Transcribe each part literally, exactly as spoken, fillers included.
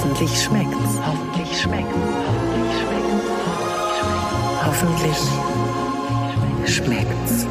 Hoffentlich schmeckt's. Hoffentlich schmeckt's. Hoffentlich schmeckt's. Hoffentlich schmeckt's.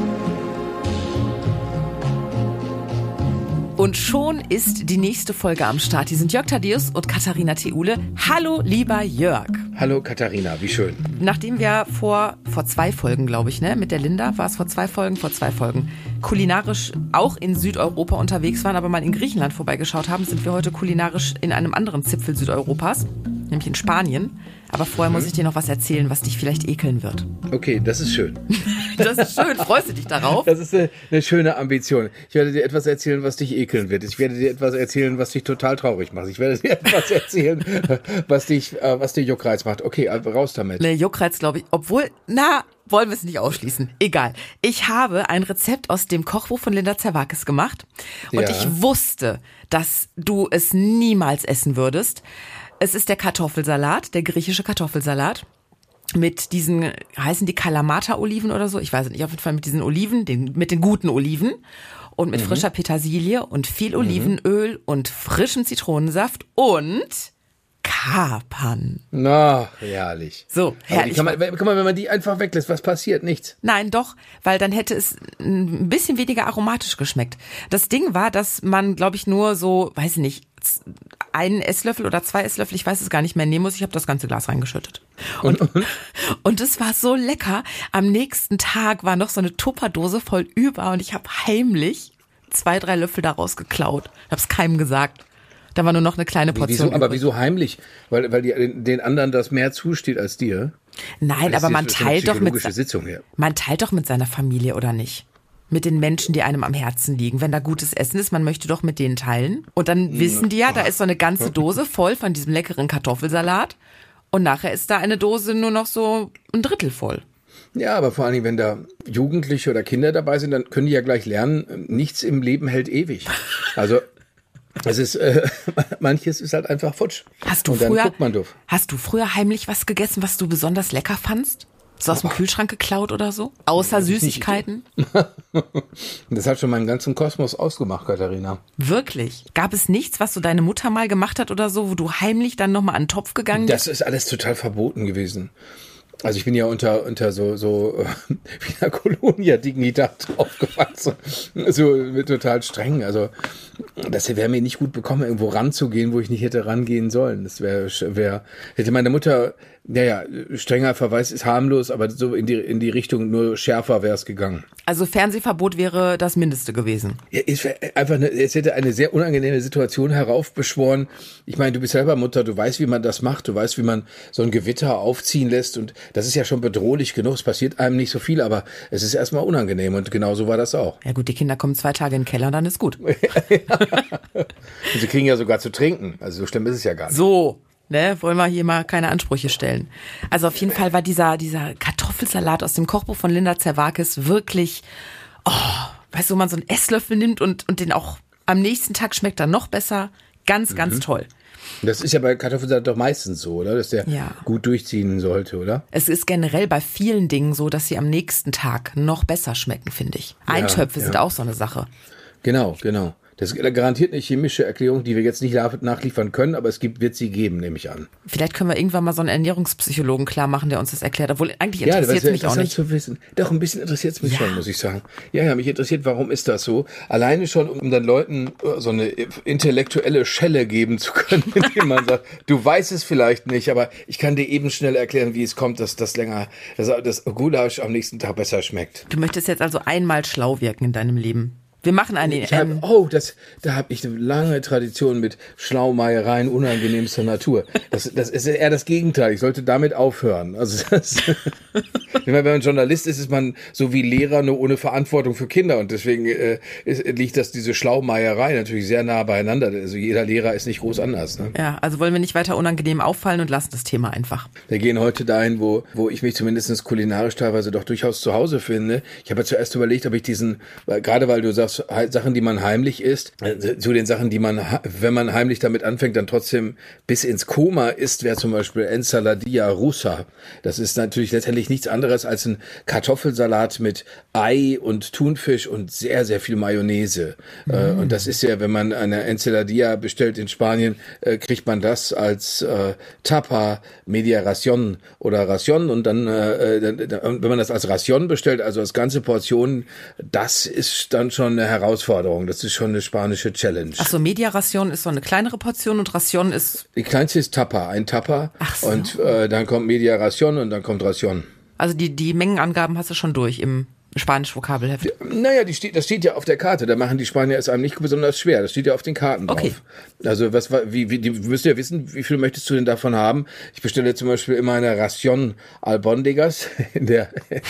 Und schon ist die nächste Folge am Start. Hier sind Jörg Thaddeus und Katharina Theule. Hallo, lieber Jörg. Hallo Katharina, wie schön. Nachdem wir vor, vor zwei Folgen, glaube ich, ne, mit der Linda, war es vor zwei Folgen, vor zwei Folgen, kulinarisch auch in Südeuropa unterwegs waren, aber mal in Griechenland vorbeigeschaut haben, sind wir heute kulinarisch in einem anderen Zipfel Südeuropas, nämlich in Spanien. Aber vorher mhm. muss ich dir noch was erzählen, was dich vielleicht ekeln wird. Okay, das ist schön. Das ist schön. Freust du dich darauf? Das ist eine, eine schöne Ambition. Ich werde dir etwas erzählen, was dich ekeln wird. Ich werde dir etwas erzählen, was dich total traurig macht. Ich werde dir etwas erzählen, was dich, äh, was dir Juckreiz macht. Okay, raus damit. Nee, Juckreiz, glaube ich. Obwohl, na, wollen wir es nicht ausschließen. Egal. Ich habe ein Rezept aus dem Kochbuch von Linda Zerwakis gemacht. Und ja. ich wusste, dass du es niemals essen würdest. Es ist der Kartoffelsalat, der griechische Kartoffelsalat. Mit diesen, heißen die Kalamata-Oliven oder so? Ich weiß nicht, auf jeden Fall mit diesen Oliven, den, mit den guten Oliven und mit mhm. frischer Petersilie und viel Olivenöl mhm. und frischem Zitronensaft und Kapern. Na, herrlich. So, herrlich. Kann man, guck mal, wenn man die einfach weglässt, was passiert? Nichts. Nein, doch, weil dann hätte es ein bisschen weniger aromatisch geschmeckt. Das Ding war, dass man, glaube ich, nur so, weiß ich nicht, einen Esslöffel oder zwei Esslöffel, ich weiß es gar nicht mehr, nehmen muss. Ich habe das ganze Glas reingeschüttet. Und, und? und es war so lecker. Am nächsten Tag war noch so eine Tupperdose voll über und ich habe heimlich zwei, drei Löffel daraus geklaut. Ich habe es keinem gesagt. Da war nur noch eine kleine Portion. Wieso, aber wieso heimlich? Weil, weil die, den anderen das mehr zusteht als dir? Nein, aber man teilt doch mit, Sitzung hier. man teilt doch mit seiner Familie, oder nicht? Mit den Menschen, die einem am Herzen liegen. Wenn da gutes Essen ist, man möchte doch mit denen teilen. Und dann wissen die ja, da ist so eine ganze Dose voll von diesem leckeren Kartoffelsalat. Und nachher ist da eine Dose nur noch so ein Drittel voll. Ja, aber vor allen Dingen, wenn da Jugendliche oder Kinder dabei sind, dann können die ja gleich lernen, nichts im Leben hält ewig. Also es ist, äh, manches ist halt einfach futsch. Hast du Und dann früher, guckt man doof. Hast du früher heimlich was gegessen, was du besonders lecker fandst? So aus dem Kühlschrank geklaut oder so? Außer Süßigkeiten? Das hat schon meinen ganzen Kosmos ausgemacht, Katharina. Wirklich? Gab es nichts, was so deine Mutter mal gemacht hat oder so, wo du heimlich dann nochmal an den Topf gegangen bist? Das ist alles total verboten gewesen. Also ich bin ja unter unter so so äh, wie einer Colonia Dignitat aufgewachsen, so mit total streng. Also das wäre mir nicht gut bekommen, irgendwo ranzugehen, wo ich nicht hätte rangehen sollen. Das wäre wär, hätte meine Mutter, naja, strenger Verweis ist harmlos, aber so in die in die Richtung nur schärfer wäre es gegangen. Also Fernsehverbot wäre das Mindeste gewesen. Ja, es wäre einfach eine, es hätte eine sehr unangenehme Situation heraufbeschworen. Ich meine, du bist selber Mutter, du weißt, wie man das macht, du weißt, wie man so ein Gewitter aufziehen lässt und das ist ja schon bedrohlich genug. Es passiert einem nicht so viel, aber es ist erstmal unangenehm und genau so war das auch. Ja gut, die Kinder kommen zwei Tage in den Keller, dann ist gut. Und sie kriegen ja sogar zu trinken, also so schlimm ist es ja gar nicht. So. Ne, wollen wir hier mal keine Ansprüche stellen. Also auf jeden Fall war dieser, dieser Kartoffelsalat aus dem Kochbuch von Linda Zerwakis wirklich, oh, weißt du, wo man so einen Esslöffel nimmt und, und den auch am nächsten Tag schmeckt er noch besser. Ganz, ganz mhm. toll. Das ist ja bei Kartoffelsalat doch meistens so, oder? Dass der ja. gut durchziehen sollte, oder? Es ist generell bei vielen Dingen so, dass sie am nächsten Tag noch besser schmecken, finde ich. Eintöpfe ja, ja. sind auch so eine Sache. Genau, genau. Das ist garantiert eine chemische Erklärung, die wir jetzt nicht nachliefern können, aber es gibt, wird sie geben, nehme ich an. Vielleicht können wir irgendwann mal so einen Ernährungspsychologen klar machen, der uns das erklärt. Obwohl, eigentlich interessiert es ja, mich auch nicht. Zu wissen. Doch, ein bisschen interessiert es mich ja. schon, muss ich sagen. Ja, ja, mich interessiert, warum ist das so? Alleine schon, um dann Leuten so eine intellektuelle Schelle geben zu können, indem man sagt, du weißt es vielleicht nicht, aber ich kann dir eben schnell erklären, wie es kommt, dass das länger, dass das Gulasch am nächsten Tag besser schmeckt. Du möchtest jetzt also einmal schlau wirken in deinem Leben. Wir machen eine... Ich hab, oh, das, da habe ich eine lange Tradition mit Schlaumeiereien unangenehmster Natur. Das, das ist eher das Gegenteil. Ich sollte damit aufhören. Also das, wenn man Journalist ist, ist man so wie Lehrer nur ohne Verantwortung für Kinder. Und deswegen äh, ist, liegt das diese Schlaumeierei natürlich sehr nah beieinander. Also jeder Lehrer ist nicht groß anders. Ne? Ja, also wollen wir nicht weiter unangenehm auffallen und lassen das Thema einfach. Wir gehen heute dahin, wo, wo ich mich zumindest kulinarisch teilweise doch durchaus zu Hause finde. Ich habe ja zuerst überlegt, ob ich diesen, weil, gerade weil du sagst, was Sachen, die man heimlich isst, äh, zu den Sachen, die man, wenn man heimlich damit anfängt, dann trotzdem bis ins Koma isst, wäre zum Beispiel Ensaladilla russa. Das ist natürlich letztendlich nichts anderes als ein Kartoffelsalat mit Ei und Thunfisch und sehr, sehr viel Mayonnaise. Mm. Äh, und das ist ja, wenn man eine Ensaladilla bestellt in Spanien, äh, kriegt man das als äh, Tapa, Media Ración oder Ración und dann, äh, wenn man das als Ración bestellt, also als ganze Portion, das ist dann schon eine Herausforderung. Das ist schon eine spanische Challenge. Ach so, Media Ración ist so eine kleinere Portion und Ración ist... Die kleinste ist Tapa, ein Tapa. Ach so. Und äh, dann kommt Media Ración und dann kommt Ración. Also die, die Mengenangaben hast du schon durch im Spanisch-Vokabelheft. Naja, die steht, das steht ja auf der Karte. Da machen die Spanier es einem nicht besonders schwer. Das steht ja auf den Karten drauf. Okay. Also was wie, wie, die müsst ja wissen, wie viel möchtest du denn davon haben? Ich bestelle zum Beispiel immer eine Ración Albóndigas in der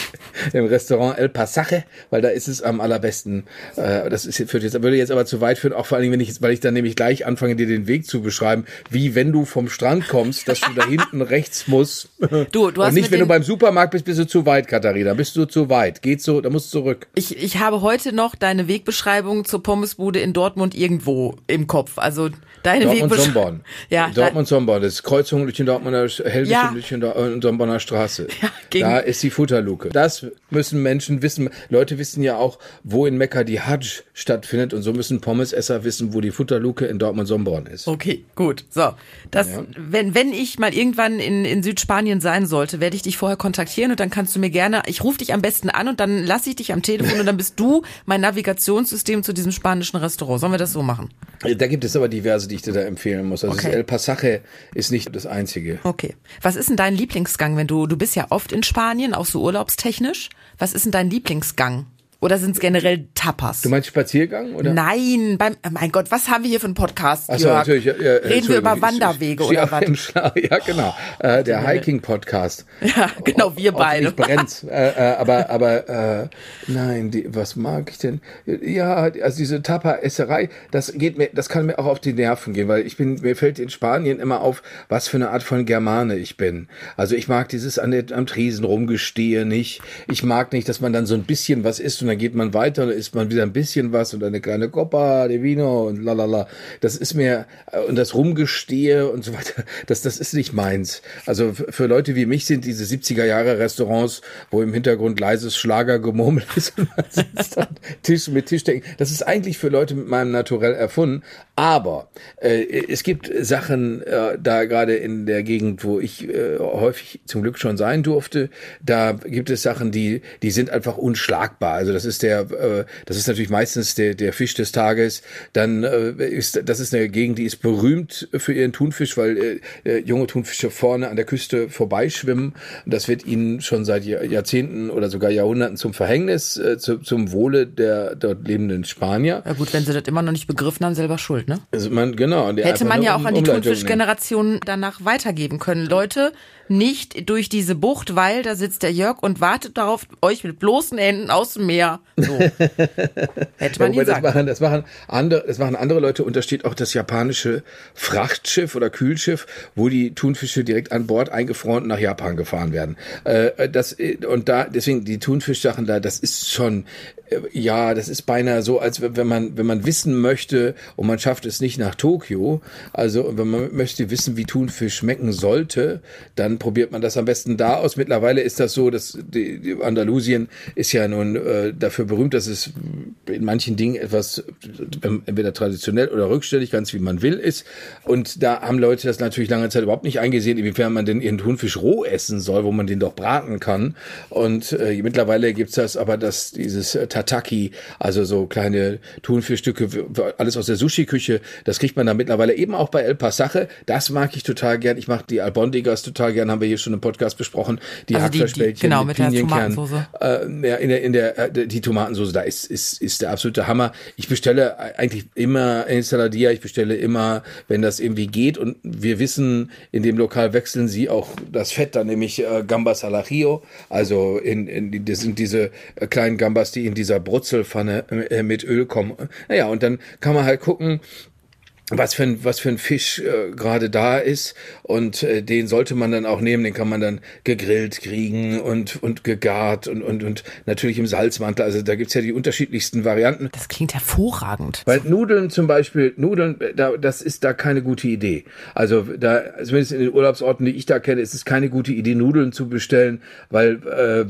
im Restaurant El Pasaje, weil da ist es am allerbesten. Äh, das ist führt jetzt würde jetzt aber zu weit führen, auch vor allen Dingen, wenn ich, weil ich dann nämlich gleich anfange, dir den Weg zu beschreiben, wie wenn du vom Strand kommst, dass du da hinten rechts musst. Du, du hast und nicht, wenn den, du beim Supermarkt bist, bist du zu weit, Katharina. Bist du zu weit. Geht so, da musst du zurück. Ich, ich habe heute noch deine Wegbeschreibung zur Pommesbude in Dortmund irgendwo im Kopf. Also deine Dortmund-Somborn. Ja, Dortmund-Somborn. Das ist Kreuzung durch den Dortmunder, Hellwig ja. und durch den Somborner Straße. Ja, gegen da ist die Futterluke. Das müssen Menschen wissen. Leute wissen ja auch, wo in Mekka die Hajj stattfindet und so müssen Pommesesser wissen, wo die Futterluke in Dortmund-Somborn ist. Okay, gut. So, das, ja. wenn, wenn ich mal irgendwann in, in Südspanien sein sollte, werde ich dich vorher kontaktieren und dann kannst du mir gerne, ich rufe dich am besten an und dann lasse ich dich am Telefon und dann bist du mein Navigationssystem zu diesem spanischen Restaurant. Sollen wir das so machen? Da gibt es aber diverse, die ich dir da empfehlen muss. Also okay. El Pasaje ist nicht das Einzige. Okay. Was ist denn dein Lieblingsgang, wenn du, du bist ja oft in Spanien, auch so urlaubstechnisch. Was ist denn dein Lieblingsgang? Oder sind es generell Tapas? Du meinst Spaziergang? Oder? Nein, beim, mein Gott, was haben wir hier für einen Podcast, Ach so, Jörg? natürlich. Ja, ja, Reden wir über Wanderwege oder was? Ja, genau. Äh, der Hiking-Podcast. Ja, genau, wir beide. Nicht brennt. äh, äh, aber, aber, äh, nein, die, was mag ich denn? Ja, also diese Tapa-Esserei, das geht mir, das kann mir auch auf die Nerven gehen, weil ich bin, mir fällt in Spanien immer auf, was für eine Art von Germane ich bin. Also ich mag dieses an der, am Tresen rumgestehe nicht. Ich mag nicht, dass man dann so ein bisschen was isst und dann geht man weiter und dann isst man wieder ein bisschen was und eine kleine Copa de Vino und lalala. Das ist mir, und das Rumgestehe und so weiter, das, das ist nicht meins. Also für Leute wie mich sind diese siebziger Jahre Restaurants, wo im Hintergrund leises Schlagergemurmel ist und man sitzt dann Tisch mit Tischdecken. Das ist eigentlich für Leute mit meinem Naturell erfunden. Aber äh, es gibt Sachen, äh, da gerade in der Gegend, wo ich äh, häufig zum Glück schon sein durfte, da gibt es Sachen, die die sind einfach unschlagbar. Also das ist der, äh, das ist natürlich meistens der der Fisch des Tages. Dann äh, ist das ist eine Gegend, die ist berühmt für ihren Thunfisch, weil äh, junge Thunfische vorne an der Küste vorbeischwimmen. Das wird ihnen schon seit Jahrzehnten oder sogar Jahrhunderten zum Verhängnis, äh, zu, zum Wohle der dort lebenden Spanier. Ja gut, wenn sie das immer noch nicht begriffen haben, selber schuld, ne? Also man, genau. Hätte man ja auch an die Thunfischgeneration danach weitergeben können. Leute, nicht durch diese Bucht, weil da sitzt der Jörg und wartet darauf, euch mit bloßen Händen aus dem Meer. So. Hätte man ja, ihn sagen. Das machen, das machen andere, das machen andere Leute und da steht auch das japanische Frachtschiff oder Kühlschiff, wo die Thunfische direkt an Bord eingefroren und nach Japan gefahren werden. Äh, das, und da, deswegen die Thunfischsachen da, das ist schon, ja, das ist beinahe so, als wenn man, wenn man wissen möchte und man schafft es nicht nach Tokio, also wenn man möchte wissen, wie Thunfisch schmecken sollte, dann probiert man das am besten da aus. Mittlerweile ist das so, dass die, die Andalusien ist ja nun äh, dafür berühmt, dass es in manchen Dingen etwas entweder traditionell oder rückständig, ganz wie man will, ist. Und da haben Leute das natürlich lange Zeit überhaupt nicht eingesehen, inwiefern man denn ihren Thunfisch roh essen soll, wo man den doch braten kann. Und äh, mittlerweile gibt's das, aber das dieses äh, Tataki, also so kleine Thunfischstücke, alles aus der Sushi-Küche, das kriegt man da mittlerweile eben auch bei El Pasaje. Das mag ich total gern. Ich mag die Albóndigas total gern, haben wir hier schon im Podcast besprochen. Die also Hackfleischbällchen die, genau, mit, mit Pinienkern. Der Tomatensauce. Äh, ja, in der, in der, die Tomatensauce, da ist, ist, ist der absolute Hammer. Ich bestelle eigentlich immer Ensaladilla, ich bestelle immer, wenn das irgendwie geht und wir wissen, in dem Lokal wechseln sie auch das Fett, dann nämlich äh, Gambas al ajillo, also in, in, das sind diese äh, kleinen Gambas, die in dieser Brutzelpfanne äh, mit Öl kommen. Naja, und dann kann man halt gucken, was für ein, was für ein Fisch äh, gerade da ist und äh, den sollte man dann auch nehmen, den kann man dann gegrillt kriegen und und gegart und und und natürlich im Salzmantel, also da gibt's ja die unterschiedlichsten Varianten. Das klingt hervorragend. Weil Nudeln zum Beispiel, Nudeln, da, das ist da keine gute Idee. Also da, zumindest in den Urlaubsorten, die ich da kenne, ist es keine gute Idee, Nudeln zu bestellen, weil äh,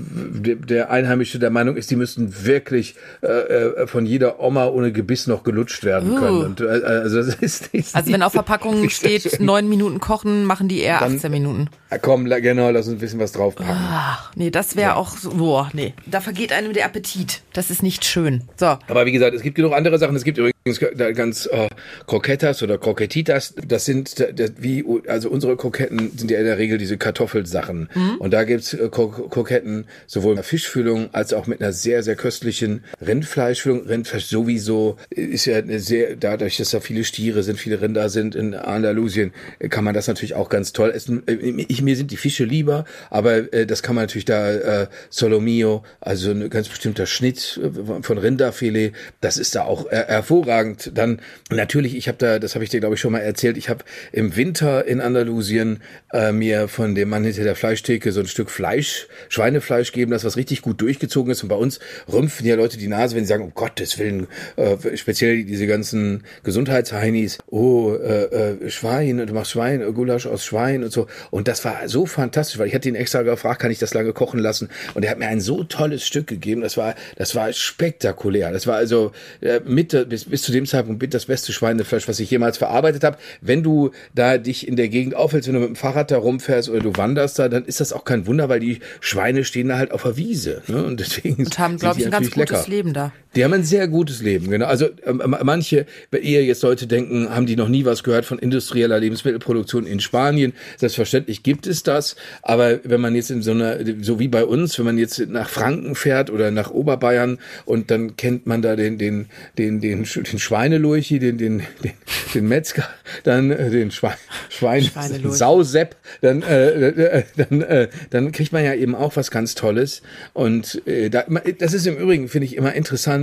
der Einheimische der Meinung ist, die müssten wirklich äh, von jeder Oma ohne Gebiss noch gelutscht werden können. Uh. Und, äh, also das ist nicht, also wenn auf Verpackung steht, neun Minuten kochen, machen die eher dann, achtzehn Minuten. Komm, genau, lass uns ein bisschen was draufpacken. Ach, nee, das wäre ja. auch so, boah, nee. Da vergeht einem der Appetit. Das ist nicht schön. So. Aber wie gesagt, es gibt genug andere Sachen. Es gibt übrigens ganz äh, Croquetas oder Croquetitas. Das sind, das, wie, also unsere Kroketten sind ja in der Regel diese Kartoffelsachen. Mhm. Und da gibt's äh, Kroketten sowohl mit einer Fischfüllung als auch mit einer sehr, sehr köstlichen Rindfleischfüllung. Rindfleisch sowieso ist ja eine sehr, dadurch, dass da viele Stiere sind, viele Rinder sind in Andalusien, kann man das natürlich auch ganz toll essen. Ich, mir sind die Fische lieber, aber äh, das kann man natürlich da, äh, Solomillo, also ein ganz bestimmter Schnitt von Rinderfilet, das ist da auch äh, hervorragend. Dann natürlich, ich habe da, das habe ich dir glaube ich schon mal erzählt, ich habe im Winter in Andalusien äh, mir von dem Mann hinter der Fleischtheke so ein Stück Fleisch, Schweinefleisch geben, das was richtig gut durchgezogen ist. Und bei uns rümpfen ja Leute die Nase, wenn sie sagen, um Gottes Willen, äh, speziell diese ganzen Gesundheitsheinis, oh, äh, äh, Schwein, du machst Schwein, äh, Gulasch aus Schwein und so. Und das war so fantastisch, weil ich hatte ihn extra gefragt, kann ich das lange kochen lassen? Und er hat mir ein so tolles Stück gegeben, das war, das war spektakulär. Das war also äh, mit, bis, bis zu dem Zeitpunkt mit das beste Schweinefleisch, was ich jemals verarbeitet habe. Wenn du da dich in der Gegend aufhältst, wenn du mit dem Fahrrad da rumfährst oder du wanderst da, dann ist das auch kein Wunder, weil die Schweine stehen da halt auf der Wiese. Ne? Und deswegen und haben, glaube ich, ein ganz gutes lecker. Leben da. Die haben ein sehr gutes Leben, genau. Also ähm, manche, ehe jetzt Leute denken, haben die noch nie was gehört von industrieller Lebensmittelproduktion in Spanien. Selbstverständlich gibt es das, aber wenn man jetzt in so einer, so wie bei uns, wenn man jetzt nach Franken fährt oder nach Oberbayern und dann kennt man da den den den den, den Schweinelurchi, den den den, den Metzger, dann äh, den Schwein Schwein Sausepp, dann äh, dann äh, dann kriegt man ja eben auch was ganz Tolles und äh, da, das ist im Übrigen, finde ich, immer interessant,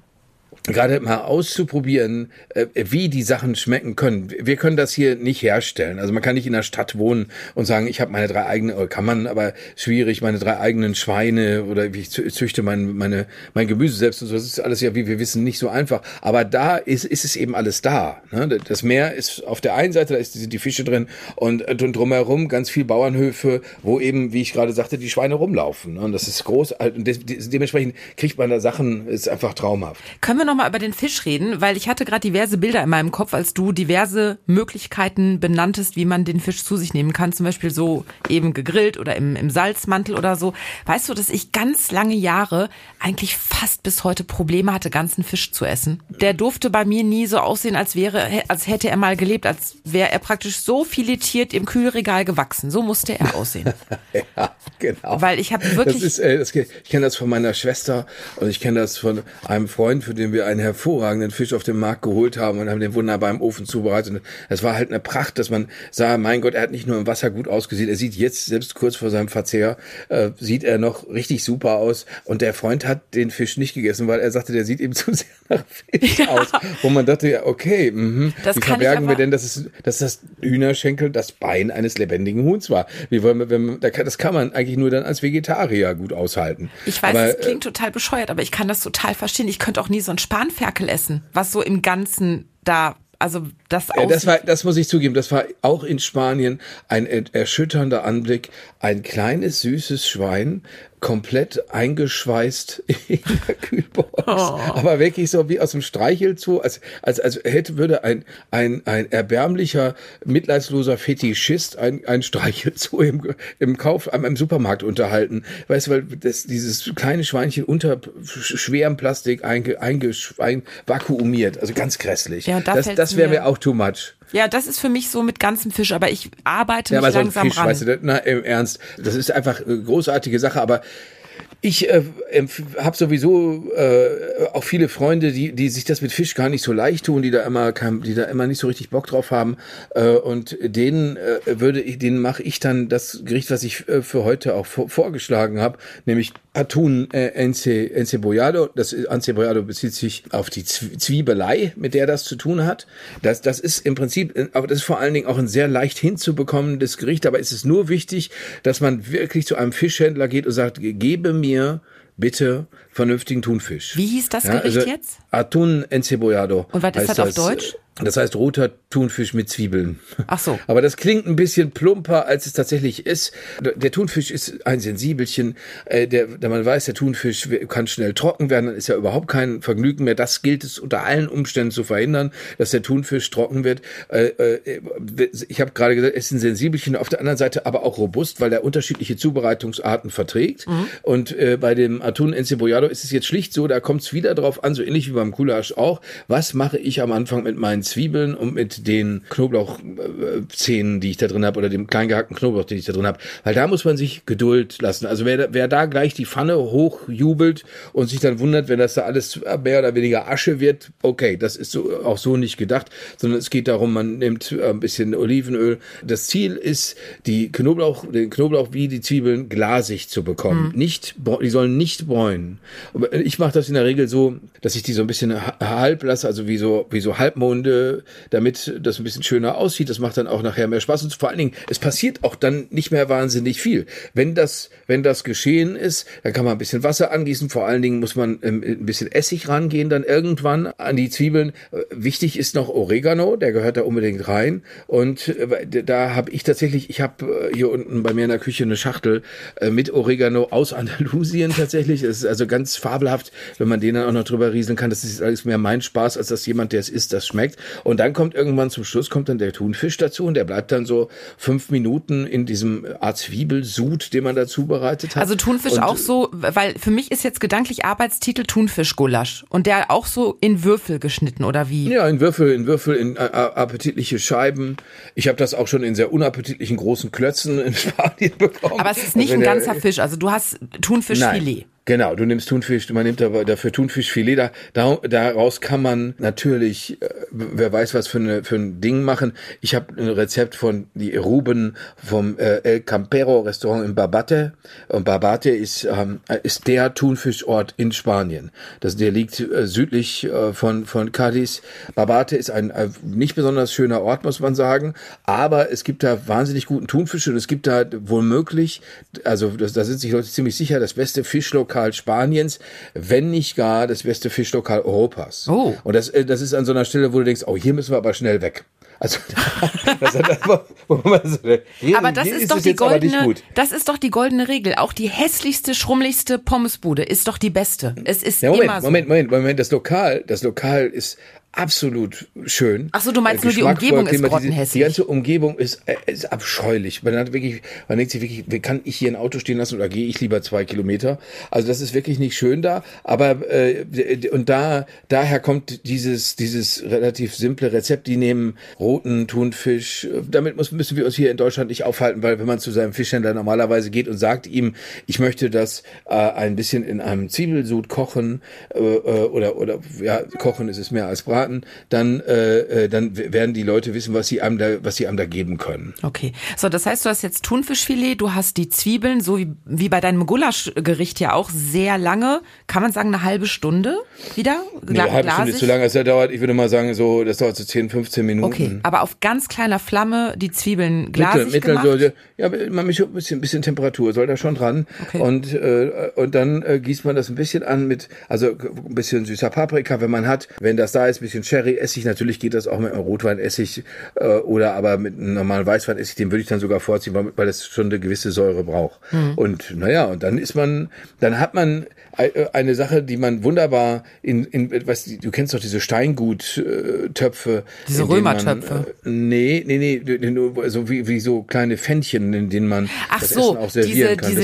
gerade mal auszuprobieren, wie die Sachen schmecken können. Wir können das hier nicht herstellen. Also man kann nicht in der Stadt wohnen und sagen, ich habe meine drei eigenen, oder kann man, aber schwierig, meine drei eigenen Schweine oder ich züchte mein, meine, mein Gemüse selbst und so. Das ist alles ja, wie wir wissen, nicht so einfach. Aber da ist, ist es eben alles da. Das Meer ist auf der einen Seite, da sind die Fische drin und drumherum ganz viel Bauernhöfe, wo eben, wie ich gerade sagte, die Schweine rumlaufen. Und das ist groß. Und dementsprechend kriegt man da Sachen, ist einfach traumhaft. Können wir noch mal über den Fisch reden, weil ich hatte gerade diverse Bilder in meinem Kopf, als du diverse Möglichkeiten benanntest, wie man den Fisch zu sich nehmen kann, zum Beispiel so eben gegrillt oder im, im Salzmantel oder so. Weißt du, dass ich ganz lange Jahre eigentlich fast bis heute Probleme hatte, ganzen Fisch zu essen? Der durfte bei mir nie so aussehen, als wäre, als hätte er mal gelebt, als wäre er praktisch so filetiert im Kühlregal gewachsen. So musste er aussehen. Ja, genau. Weil ich habe wirklich... Das ist, äh, das, ich kenne das von meiner Schwester und ich kenne das von einem Freund, für den wir einen hervorragenden Fisch auf dem Markt geholt haben und haben den wunderbar im Ofen zubereitet. Es war halt eine Pracht, dass man sah, mein Gott, er hat nicht nur im Wasser gut ausgesehen, er sieht jetzt, selbst kurz vor seinem Verzehr, äh, sieht er noch richtig super aus. Und der Freund hat den Fisch nicht gegessen, weil er sagte, der sieht eben zu sehr nach Fisch ja. aus. Wo man dachte, ja, okay, mh, wie verbergen wir denn, dass, es, dass das Hühnerschenkel das Bein eines lebendigen Huhns war? Wie wollen wir, wenn, das kann man eigentlich nur dann als Vegetarier gut aushalten. Ich weiß, aber, es klingt total bescheuert, aber ich kann das total verstehen. Ich könnte auch nie so ein Spanferkel essen, was so im Ganzen da, also das aussieht. Das war, das muss ich zugeben, das war auch in Spanien ein erschütternder Anblick. Ein kleines, süßes Schwein, komplett eingeschweißt in der Kühlbox. Oh. Aber wirklich so wie aus dem Streichelzoo, als, als, als hätte, würde ein, ein, ein erbärmlicher, mitleidsloser Fetischist ein, ein Streichelzoo im, im Kauf, im Supermarkt unterhalten. Weißt du, weil das, dieses kleine Schweinchen unter schwerem Plastik einge, einge, ein, vakuumiert, also ganz grässlich. Ja, da das das wäre mir auch too much. Ja, das ist für mich so mit ganzem Fisch, aber ich arbeite ja, mich aber langsam so ein Fisch, ran. Weißt du, na, im Ernst, das ist einfach eine großartige Sache, aber Ich äh, habe sowieso äh, auch viele Freunde, die die sich das mit Fisch gar nicht so leicht tun, die da immer die da immer nicht so richtig Bock drauf haben. Äh, und denen äh, würde ich, denen mache ich dann das Gericht, was ich äh, für heute auch vor, vorgeschlagen habe, nämlich Atún äh, encebollado. Das encebollado bezieht sich auf die Zwiebelei, mit der das zu tun hat. Das das ist im Prinzip, aber das ist vor allen Dingen auch ein sehr leicht hinzubekommendes Gericht. Aber es ist nur wichtig, dass man wirklich zu einem Fischhändler geht und sagt, gebe mir bitte vernünftigen Thunfisch. Wie hieß das ja, Gericht also jetzt? Atún encebollado. Und was ist das auf Deutsch? Das heißt roter Thunfisch mit Zwiebeln. Ach so. Aber das klingt ein bisschen plumper, als es tatsächlich ist. Der Thunfisch ist ein Sensibelchen. Der, der man weiß, der Thunfisch kann schnell trocken werden, dann ist ja überhaupt kein Vergnügen mehr. Das gilt es unter allen Umständen zu verhindern, dass der Thunfisch trocken wird. Ich habe gerade gesagt, es ist ein Sensibelchen, auf der anderen Seite aber auch robust, weil er unterschiedliche Zubereitungsarten verträgt. Mhm. Und bei dem Atún encebollado ist es jetzt schlicht so, da kommt es wieder drauf an, so ähnlich wie beim Gulasch auch. Was mache ich am Anfang mit meinen Zwiebeln und mit den Knoblauchzähnen, die ich da drin habe, oder dem klein gehackten Knoblauch, den ich da drin habe. Weil da muss man sich Geduld lassen. Also wer, wer da gleich die Pfanne hochjubelt und sich dann wundert, wenn das da alles mehr oder weniger Asche wird, okay, das ist so, auch so nicht gedacht, sondern es geht darum, man nimmt ein bisschen Olivenöl. Das Ziel ist, die Knoblauch, den Knoblauch wie die Zwiebeln glasig zu bekommen. Mhm. Nicht, die sollen nicht bräunen. Ich mache das in der Regel so, dass ich die so ein bisschen halb lasse, also wie so, wie so Halbmonde, damit das ein bisschen schöner aussieht. Das macht dann auch nachher mehr Spaß. Und vor allen Dingen, es passiert auch dann nicht mehr wahnsinnig viel. Wenn das, wenn das geschehen ist, dann kann man ein bisschen Wasser angießen. Vor allen Dingen muss man ähm, ein bisschen Essig rangehen dann irgendwann an die Zwiebeln. Wichtig ist noch Oregano, der gehört da unbedingt rein. Und äh, da habe ich tatsächlich, ich habe äh, hier unten bei mir in der Küche eine Schachtel äh, mit Oregano aus Andalusien tatsächlich. Das ist also ganz fabelhaft, wenn man den dann auch noch drüber rieseln kann. Das ist alles mehr mein Spaß, als dass jemand, der es isst, das schmeckt. Und dann kommt irgendwann zum Schluss, kommt dann der Thunfisch dazu und der bleibt dann so fünf Minuten in diesem Art Zwiebelsud, den man da zubereitet hat. Also Thunfisch und auch so, weil für mich ist jetzt gedanklich Arbeitstitel Thunfischgulasch und der auch so in Würfel geschnitten oder wie? Ja, in Würfel, in Würfel, in äh, appetitliche Scheiben. Ich habe das auch schon in sehr unappetitlichen großen Klötzen in Spanien bekommen. Aber es ist nicht also ein ganzer der, Fisch, also du hast Thunfischfilet. Nein. Genau, du nimmst Thunfisch, man nimmt aber dafür Thunfischfilet, da, da, daraus kann man natürlich, äh, wer weiß was für, eine, für ein Ding machen. Ich habe ein Rezept von die Ruben vom äh, El Campero Restaurant in Barbate. Und Barbate ist, ähm, ist der Thunfischort in Spanien. Das, der liegt äh, südlich äh, von, von Cádiz. Barbate ist ein äh, nicht besonders schöner Ort, muss man sagen, aber es gibt da wahnsinnig guten Thunfisch und es gibt da womöglich, also das, da sind sich Leute ziemlich sicher, das beste Fischlokal Spaniens, wenn nicht gar das beste Fischlokal Europas. Oh. Und das, das ist an so einer Stelle, wo du denkst, oh, hier müssen wir aber schnell weg. Also, das hat einfach, wo man so, hier, aber das ist, ist doch die goldene, das ist doch die goldene Regel. Auch die hässlichste, schrummeligste Pommesbude ist doch die beste. Es ist ja, Moment, immer so. Moment, Moment, Moment, das Lokal, das Lokal ist absolut schön. Ach so, du meinst nur die Umgebung ist grottenhässlich. Die ganze Umgebung ist, äh, ist abscheulich. Man hat wirklich, man denkt sich wirklich, wie kann ich hier ein Auto stehen lassen oder gehe ich lieber zwei Kilometer? Also das ist wirklich nicht schön da. Aber äh, und da daher kommt dieses dieses relativ simple Rezept. Die nehmen roten Thunfisch. Damit muss, müssen wir uns hier in Deutschland nicht aufhalten, weil wenn man zu seinem Fischhändler normalerweise geht und sagt ihm, ich möchte das äh, ein bisschen in einem Zwiebelsud kochen äh, oder oder ja kochen ist es mehr als braten. Dann, äh, dann werden die Leute wissen, was sie einem da, was sie einem da geben können. Okay. So, das heißt, du hast jetzt Thunfischfilet, du hast die Zwiebeln, so wie, wie bei deinem Gulaschgericht ja auch sehr lange. Kann man sagen, eine halbe Stunde wieder? Nee, eine halbe Stunde ist zu lange. Das dauert, ich würde mal sagen, so, das dauert so zehn, fünfzehn Minuten. Okay. Aber auf ganz kleiner Flamme die Zwiebeln glasig mittel, gemacht? Sollte, ja, man mischt ein bisschen, ein bisschen Temperatur, soll da schon dran. Okay. Und, äh, und dann äh, gießt man das ein bisschen an mit, also ein bisschen süßer Paprika, wenn man hat. Wenn das da ist, ein bisschen Sherry-Essig, natürlich geht das auch mit einem Rotweinessig äh, oder aber mit einem normalen Weißweinessig, den würde ich dann sogar vorziehen, weil, weil das schon eine gewisse Säure braucht. Mhm. Und naja, und dann ist man, dann hat man eine Sache, die man wunderbar in, in was, du kennst doch diese Steingut-Töpfe. Diese Römertöpfe. Äh, nee, nee, nee, nur so wie, wie so kleine Pfännchen, in denen man Ach das so, Essen auch servieren diese, kann. diese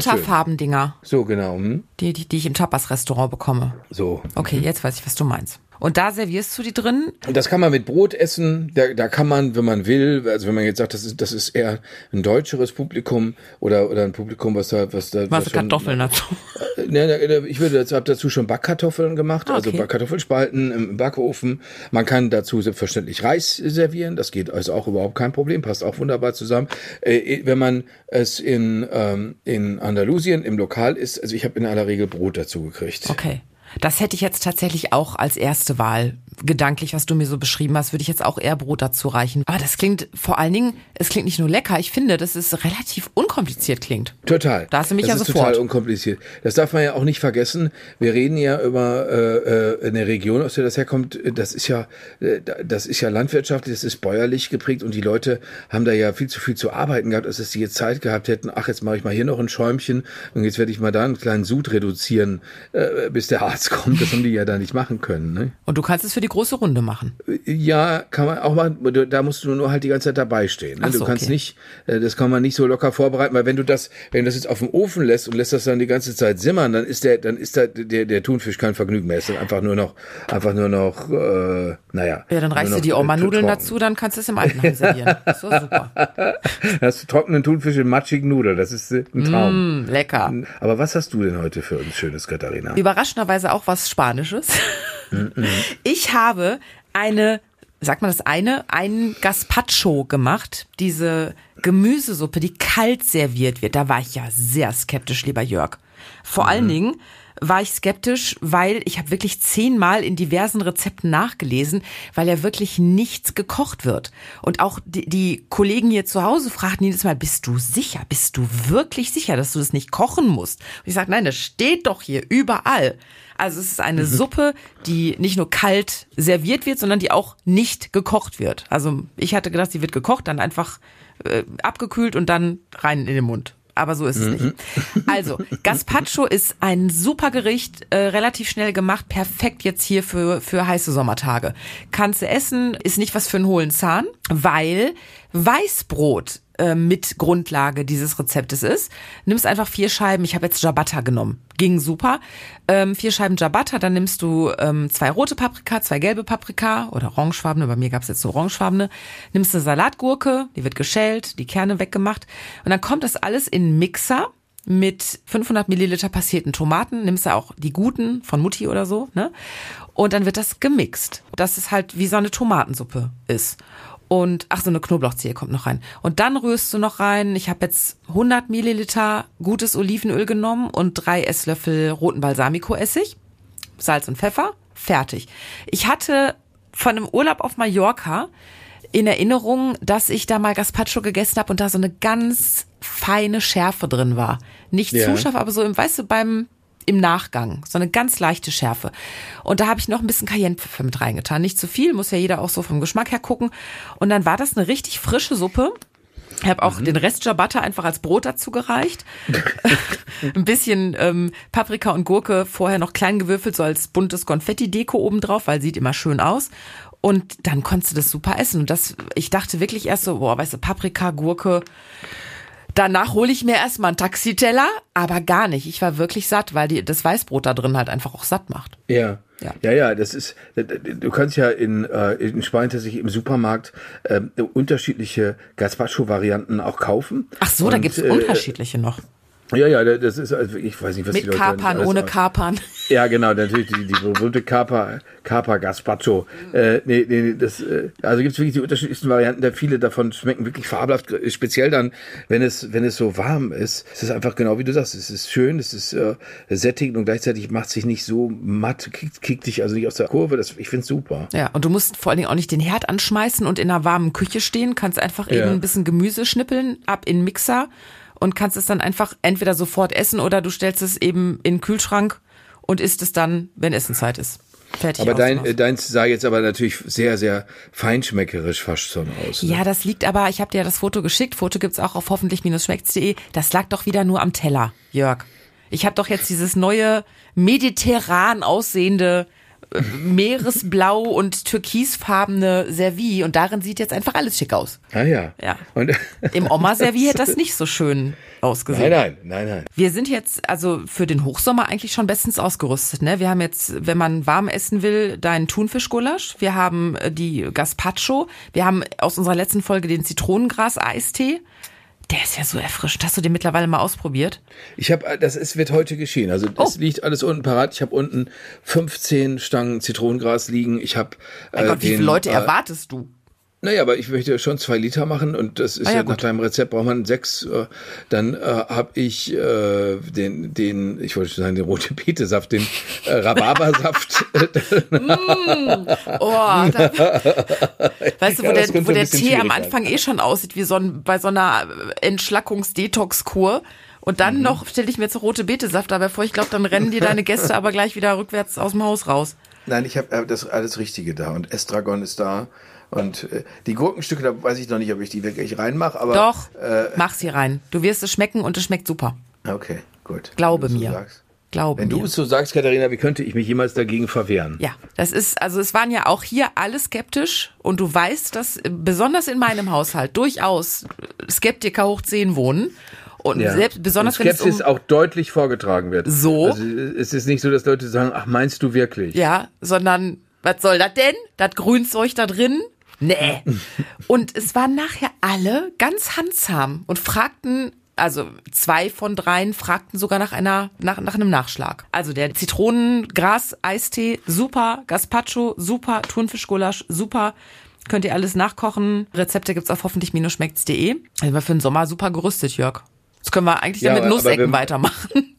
Terrakotta-Farben-Dinger. So, genau. Hm? Die, die, die ich im Tapas-Restaurant bekomme. So. Okay, jetzt weiß ich, was du meinst. Und da servierst du die drin? Und das kann man mit Brot essen, da, da kann man, wenn man will, also wenn man jetzt sagt, das ist, das ist eher ein deutscheres Publikum oder, oder ein Publikum, was da, was da. Was Kartoffeln dazu? Äh, ne, ich würde dazu, hab dazu schon Backkartoffeln gemacht, also okay. Kartoffelspalten im Backofen. Man kann dazu selbstverständlich Reis servieren, das geht also auch überhaupt kein Problem, passt auch wunderbar zusammen. Äh, wenn man es in, ähm, in Andalusien im Lokal isst, also ich habe in aller Regel Brot dazu gekriegt. Okay. Das hätte ich jetzt tatsächlich auch als erste Wahl. Gedanklich, was du mir so beschrieben hast, würde ich jetzt auch eher Brot dazu reichen. Aber das klingt vor allen Dingen, es klingt nicht nur lecker, ich finde, dass es relativ unkompliziert klingt. Total. Da hast du mich das ja ist sofort. Total unkompliziert. Das darf man ja auch nicht vergessen. Wir reden ja über äh, eine Region, aus der das herkommt. Das ist ja, das ist ja landwirtschaftlich, das ist bäuerlich geprägt und die Leute haben da ja viel zu viel zu arbeiten gehabt, als dass sie jetzt Zeit gehabt hätten. Ach, jetzt mache ich mal hier noch ein Schäumchen und jetzt werde ich mal da einen kleinen Sud reduzieren, äh, bis der Arzt kommt. Das haben die ja da nicht machen können. Ne? Und du kannst es für die große Runde machen. Ja, kann man auch machen. Da musst du nur halt die ganze Zeit dabei stehen. Ne? Ach so, du kannst okay. nicht, das kann man nicht so locker vorbereiten, weil wenn du das, wenn du das jetzt auf dem Ofen lässt und lässt das dann die ganze Zeit simmern, dann ist der, dann ist der, der, der Thunfisch kein Vergnügen mehr. Es ist dann einfach nur noch, einfach nur noch, äh, naja. Ja, dann reichst du die Oma-Nudeln dazu, dann kannst du es im Altenheim servieren. Das ist super. Hast du trockenen Thunfisch in matschigen Nudeln. Das ist ein Traum. Mm, lecker. Aber was hast du denn heute für uns Schönes, Katharina? Überraschenderweise auch was Spanisches. Ich habe eine, sagt man das eine, einen Gazpacho gemacht, diese Gemüsesuppe, die kalt serviert wird. Da war ich ja sehr skeptisch, lieber Jörg. Vor mhm. allen Dingen war ich skeptisch, weil ich habe wirklich zehnmal in diversen Rezepten nachgelesen, weil ja wirklich nichts gekocht wird. Und auch die, die Kollegen hier zu Hause fragten jedes Mal, bist du sicher, bist du wirklich sicher, dass du das nicht kochen musst? Und ich sage, nein, das steht doch hier überall. Also es ist eine Suppe, die nicht nur kalt serviert wird, sondern die auch nicht gekocht wird. Also ich hatte gedacht, sie wird gekocht, dann einfach äh, abgekühlt und dann rein in den Mund. Aber so ist es nicht. Also, Gazpacho ist ein super Gericht, äh, relativ schnell gemacht, perfekt jetzt hier für für heiße Sommertage. Kannst du essen, ist nicht was für einen hohlen Zahn, weil Weißbrot äh, mit Grundlage dieses Rezeptes ist. Nimmst einfach vier Scheiben, ich habe jetzt Ciabatta genommen, ging super. Ähm, vier Scheiben Ciabatta, dann nimmst du ähm, zwei rote Paprika, zwei gelbe Paprika oder orangefarbene, bei mir gab es jetzt so orangefarbene. Nimmst eine Salatgurke, die wird geschält, die Kerne weggemacht und dann kommt das alles in einen Mixer mit fünfhundert Milliliter passierten Tomaten, nimmst du auch die guten von Mutti oder so, ne? Und dann wird das gemixt, dass es halt wie so eine Tomatensuppe ist. Und, ach so, eine Knoblauchzehe kommt noch rein. Und dann rührst du noch rein, ich habe jetzt hundert Milliliter gutes Olivenöl genommen und drei Esslöffel roten Balsamico-Essig, Salz und Pfeffer, fertig. Ich hatte von einem Urlaub auf Mallorca in Erinnerung, dass ich da mal Gazpacho gegessen habe und da so eine ganz feine Schärfe drin war. Nicht Ja. zu scharf, aber so im, weißt du, beim im Nachgang. So eine ganz leichte Schärfe. Und da habe ich noch ein bisschen Cayennepfeffer mit reingetan. Nicht zu viel, muss ja jeder auch so vom Geschmack her gucken. Und dann war das eine richtig frische Suppe. Ich habe auch mhm. den Rest Ciabatta einfach als Brot dazu gereicht. Ein bisschen ähm, Paprika und Gurke vorher noch klein gewürfelt, so als buntes Konfetti-Deko obendrauf, weil sieht immer schön aus. Und dann konntest du das super essen. Und das, ich dachte wirklich erst so, boah, weißt du, Paprika, Gurke. Danach hole ich mir erstmal einen Taxiteller, aber gar nicht. Ich war wirklich satt, weil die, das Weißbrot da drin halt einfach auch satt macht. Ja. Ja. ja, ja, das ist, du kannst ja in, äh, in Spanien tatsächlich im Supermarkt äh, unterschiedliche Gazpacho-Varianten auch kaufen. Ach so, und, da gibt's äh, unterschiedliche noch. Ja, ja, das ist, also ich weiß nicht, was Mit die Leute Kapern, alles ohne aus- Kapern. Ja, genau, natürlich die, die berühmte Kapa, Kapa Gazpacho. Äh, nee, nee, das, äh, also gibt's wirklich die unterschiedlichsten Varianten, da viele davon schmecken wirklich fabelhaft, speziell dann, wenn es, wenn es so warm ist. Es ist einfach genau wie du sagst, es ist schön, es ist äh, sättigend und gleichzeitig macht sich nicht so matt, kickt, kickt dich also nicht aus der Kurve, das, ich find's super. Ja, und du musst vor allen Dingen auch nicht den Herd anschmeißen und in einer warmen Küche stehen, kannst einfach Ja. eben ein bisschen Gemüse schnippeln, ab in den Mixer und kannst es dann einfach entweder sofort essen oder du stellst es eben in den Kühlschrank und isst es dann, wenn Essenszeit ist. Fertig. Aber aus, dein, aus. äh, deins sah jetzt aber natürlich sehr, sehr feinschmeckerisch fast schon aus. Ne? Ja, das liegt aber, ich habe dir das Foto geschickt, Foto gibt's auch auf hoffentlich schmeckt's punkt de, das lag doch wieder nur am Teller, Jörg. Ich habe doch jetzt dieses neue mediterran aussehende äh, Meeresblau und türkisfarbene Servie und darin sieht jetzt einfach alles schick aus. Ah ja. Ja. Und Im Oma-Servie hätte das nicht so schön ausgesehen. Nein, nein, nein, nein. Wir sind jetzt also für den Hochsommer eigentlich schon bestens ausgerüstet. Ne? Wir haben jetzt, wenn man warm essen will, deinen Thunfischgulasch. Wir haben die Gazpacho. Wir haben aus unserer letzten Folge den Zitronengras-Eistee. Der ist ja so erfrischend. Hast du den mittlerweile mal ausprobiert? Ich habe, das ist, wird heute geschehen. Also das Oh. liegt alles unten parat. Ich habe unten fünfzehn Stangen Zitronengras liegen. Ich habe Mein äh, Gott, wie den, viele Leute äh, erwartest du? Naja, aber ich möchte schon zwei Liter machen und das ist Ah, ja, ja, nach gut. deinem Rezept braucht man sechs. Äh, dann äh, habe ich äh, den, den, ich wollte schon sagen, den rote Betesaft, den äh, Rhabarbersaft. Oh, da, weißt du, wo Ja, das der, könnte wo ein der bisschen Tee am schwierig Anfang eh schon aussieht wie so ein, bei so einer Entschlackungs-Detox-Kur. Und dann Mhm. noch stelle ich mir jetzt rote Betesaft dabei vor. Ich glaube, dann rennen dir deine Gäste aber gleich wieder rückwärts aus dem Haus raus. Nein, ich habe das alles Richtige da und Estragon ist da und äh, die Gurkenstücke, da weiß ich noch nicht, ob ich die wirklich reinmache, aber Doch, äh, mach sie rein. Du wirst es schmecken und es schmeckt super. okay, gut. Glaube Wenn du es mir. So sagst. Glaube Wenn mir. du es so sagst, Katharina, wie könnte ich mich jemals dagegen verwehren? Ja, das ist, also es waren ja auch hier alle skeptisch und du weißt, dass äh, besonders in meinem Haushalt durchaus Skeptiker hoch zehn wohnen. Und Ja. selbst besonders und wenn es Skepsis um auch deutlich vorgetragen wird. So? Also es ist nicht so, dass Leute sagen, ach, meinst du wirklich? ja, sondern was soll das denn? Das Grünzeug da drin? Nee. Und es waren nachher alle ganz handsam und fragten, also zwei von dreien fragten sogar nach einer nach, nach einem Nachschlag. Also der Zitronengras-Eistee, super, Gazpacho, super, Thunfischgulasch, super. Könnt ihr alles nachkochen. Rezepte gibt's auf hoffentlich-schmeckt's punkt de. Also wir für den Sommer super gerüstet, Jörg. Jetzt können wir eigentlich Ja, dann mit aber Nussecken wir- weitermachen.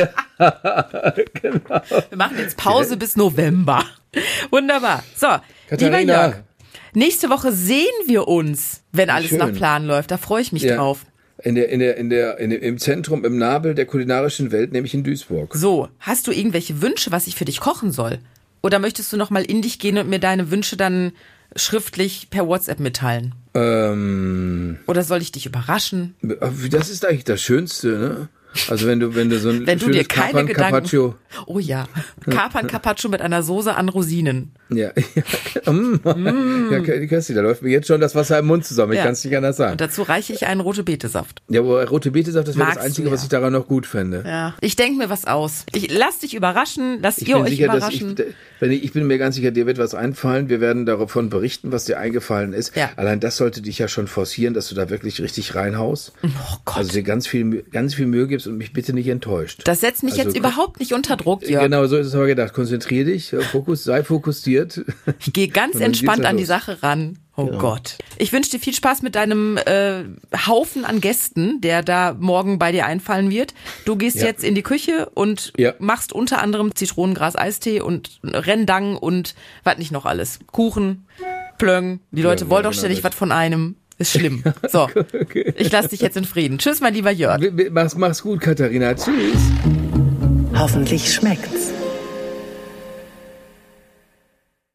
Genau. Wir machen jetzt Pause bis November. Wunderbar. So, Katharina. lieber Jörg, nächste Woche sehen wir uns, wenn alles schön. nach Plan läuft. Da freue ich mich Ja. drauf. In der, in der, in der, in der, im Zentrum, im Nabel der kulinarischen Welt, nämlich in Duisburg. So, hast du irgendwelche Wünsche, was ich für dich kochen soll? Oder möchtest du noch mal in dich gehen und mir deine Wünsche dann schriftlich per WhatsApp mitteilen? Ähm, Oder soll ich dich überraschen? das ist eigentlich das Schönste, ne? Also wenn du, wenn du so ein Wenn du dir schönes keine Kapern Gedanken... Carpaccio, Oh ja, Kapern Carpaccio mit einer Soße an Rosinen. ja, ja, mm. ja, Kirsti, da läuft mir jetzt schon das Wasser im Mund zusammen. Ich Ja. kann es nicht anders sagen. Und dazu reiche ich einen rote Betesaft. Ja, aber rote Betesaft, das wäre das Magst du Einzige, ja. was ich daran noch gut fände. Ja. Ich denke mir was aus. Ich lass dich überraschen, lasst Ich ihr bin euch sicher, dass ich, überraschen. wenn ich, ich bin mir ganz sicher, dir wird was einfallen. Wir werden davon berichten, was dir eingefallen ist. Ja. Allein das sollte dich ja schon forcieren, dass du da wirklich richtig reinhaust. Oh Gott. Also dir ganz viel, Mühe- ganz viel Mühe gibst und mich bitte nicht enttäuscht. Das setzt mich Also, jetzt überhaupt nicht unter Druck, Jörg. Genau, so ist es aber gedacht. Konzentrier dich, Fokus, sei fokussiert. Ich gehe ganz Und dann geht's entspannt ja an die los. Sache ran. Oh Gott. Ich wünsche dir viel Spaß mit deinem äh, Haufen an Gästen, der da morgen bei dir einfallen wird. Du gehst Ja. jetzt in die Küche und Ja. machst unter anderem Zitronengras-Eistee und Rendang und was nicht noch alles. Kuchen, Plöng. Die Leute Ja, wollen ja, doch ständig genau. was von einem. Ist schlimm. So, Okay. ich lasse dich jetzt in Frieden. Tschüss, mein lieber Jörg. Mach's, mach's gut, Katharina. Tschüss. Hoffentlich schmeckt's.